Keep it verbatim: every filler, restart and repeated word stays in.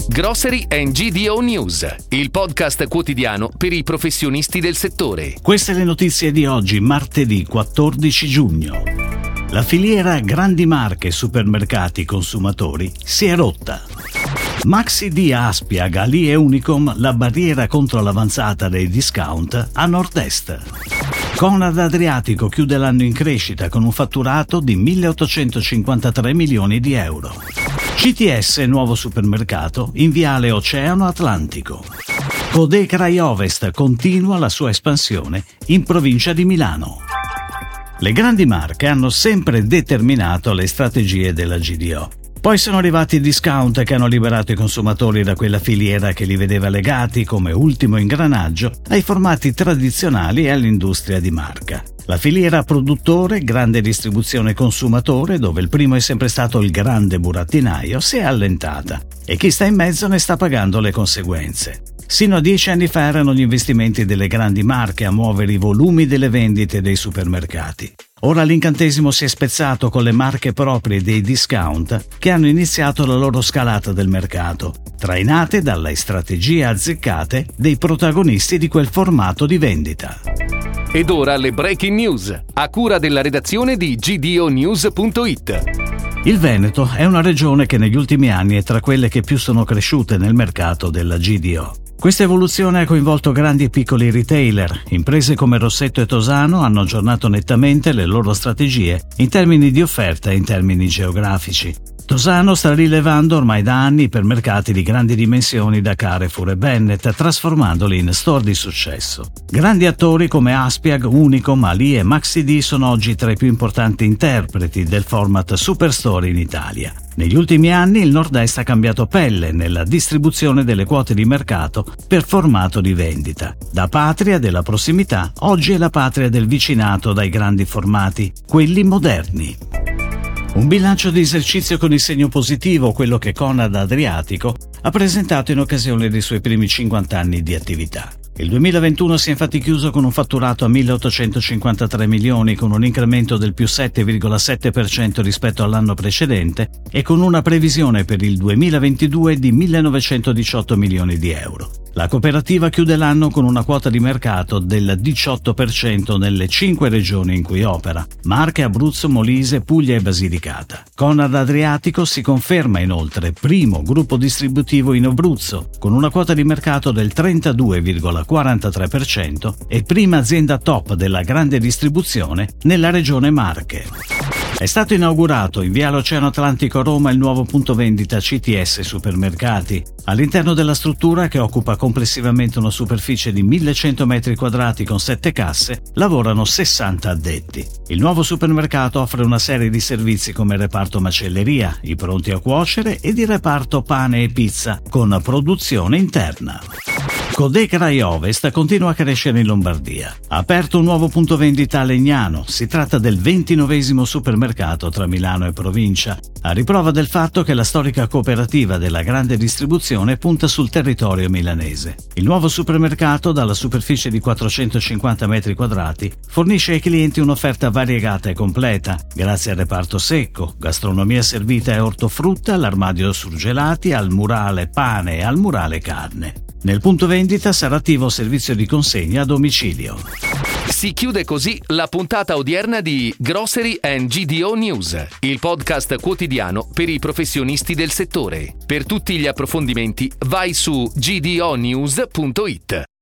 Grocery and G D O News, il podcast quotidiano per i professionisti del settore. Queste le notizie di oggi, martedì quattordici giugno. La filiera grandi marche, supermercati, consumatori si è rotta. Maxi D, Aspiag, Ali e Unicom la barriera contro l'avanzata dei discount a nord-est. Conad Adriatico chiude l'anno in crescita con un fatturato di milleottocentocinquantatré milioni di euro. C T S, nuovo supermercato in Viale Oceano Atlantico. Codè Craiovest continua la sua espansione in provincia di Milano. Le grandi marche hanno sempre determinato le strategie della G D O. Poi sono arrivati i discount che hanno liberato i consumatori da quella filiera che li vedeva legati come ultimo ingranaggio ai formati tradizionali e all'industria di marca. La filiera produttore, grande distribuzione consumatore, dove il primo è sempre stato il grande burattinaio, si è allentata e chi sta in mezzo ne sta pagando le conseguenze. Sino a dieci anni fa erano gli investimenti delle grandi marche a muovere i volumi delle vendite dei supermercati. Ora l'incantesimo si è spezzato con le marche proprie dei discount che hanno iniziato la loro scalata del mercato, trainate dalle strategie azzeccate dei protagonisti di quel formato di vendita. Ed ora le breaking news, a cura della redazione di G D O news punto it. Il Veneto è una regione che negli ultimi anni è tra quelle che più sono cresciute nel mercato della G D O. Questa evoluzione ha coinvolto grandi e piccoli retailer. Imprese come Rossetto e Tosano hanno aggiornato nettamente le loro strategie in termini di offerta e in termini geografici. Tosano sta rilevando ormai da anni ipermercati di grandi dimensioni da Carrefour e Bennett, trasformandoli in store di successo. Grandi attori come Aspiag, Unicom, Ali e Maxi D sono oggi tra i più importanti interpreti del format Superstore in Italia. Negli ultimi anni il Nord-Est ha cambiato pelle nella distribuzione delle quote di mercato per formato di vendita. Da patria della prossimità, oggi è la patria del vicinato dai grandi formati, quelli moderni. Un bilancio di esercizio con il segno positivo, quello che Conad Adriatico ha presentato in occasione dei suoi primi cinquanta anni di attività. Il duemilaventuno si è infatti chiuso con un fatturato a milleottocentocinquantatré milioni, con un incremento del più sette virgola sette per cento rispetto all'anno precedente e con una previsione per il duemilaventidue di millenovecentodiciotto milioni di euro. La cooperativa chiude l'anno con una quota di mercato del diciotto per cento nelle cinque regioni in cui opera: Marche, Abruzzo, Molise, Puglia e Basilicata. Conad Adriatico si conferma inoltre primo gruppo distributivo in Abruzzo, con una quota di mercato del trentadue virgola quarantatré per cento e prima azienda top della grande distribuzione nella regione Marche. È stato inaugurato in Viale Oceano Atlantico a Roma il nuovo punto vendita C T S Supermercati. All'interno della struttura, che occupa complessivamente una superficie di millecento metri quadrati con sette casse, lavorano sessanta addetti. Il nuovo supermercato offre una serie di servizi come il reparto macelleria, i pronti a cuocere ed il reparto pane e pizza, con produzione interna. Codè Craiovest continua a crescere in Lombardia. Ha aperto un nuovo punto vendita a Legnano. Si tratta del ventinovesimo supermercato tra Milano e provincia, a riprova del fatto che la storica cooperativa della grande distribuzione punta sul territorio milanese. Il nuovo supermercato, dalla superficie di quattrocentocinquanta metri quadrati, fornisce ai clienti un'offerta variegata e completa, grazie al reparto secco, gastronomia servita e ortofrutta, all'armadio surgelati, al murale pane e al murale carne. Nel punto vendita sarà attivo servizio di consegna a domicilio. Si chiude così la puntata odierna di Grocery and G D O News, il podcast quotidiano per i professionisti del settore. Per tutti gli approfondimenti vai su G D O news punto it.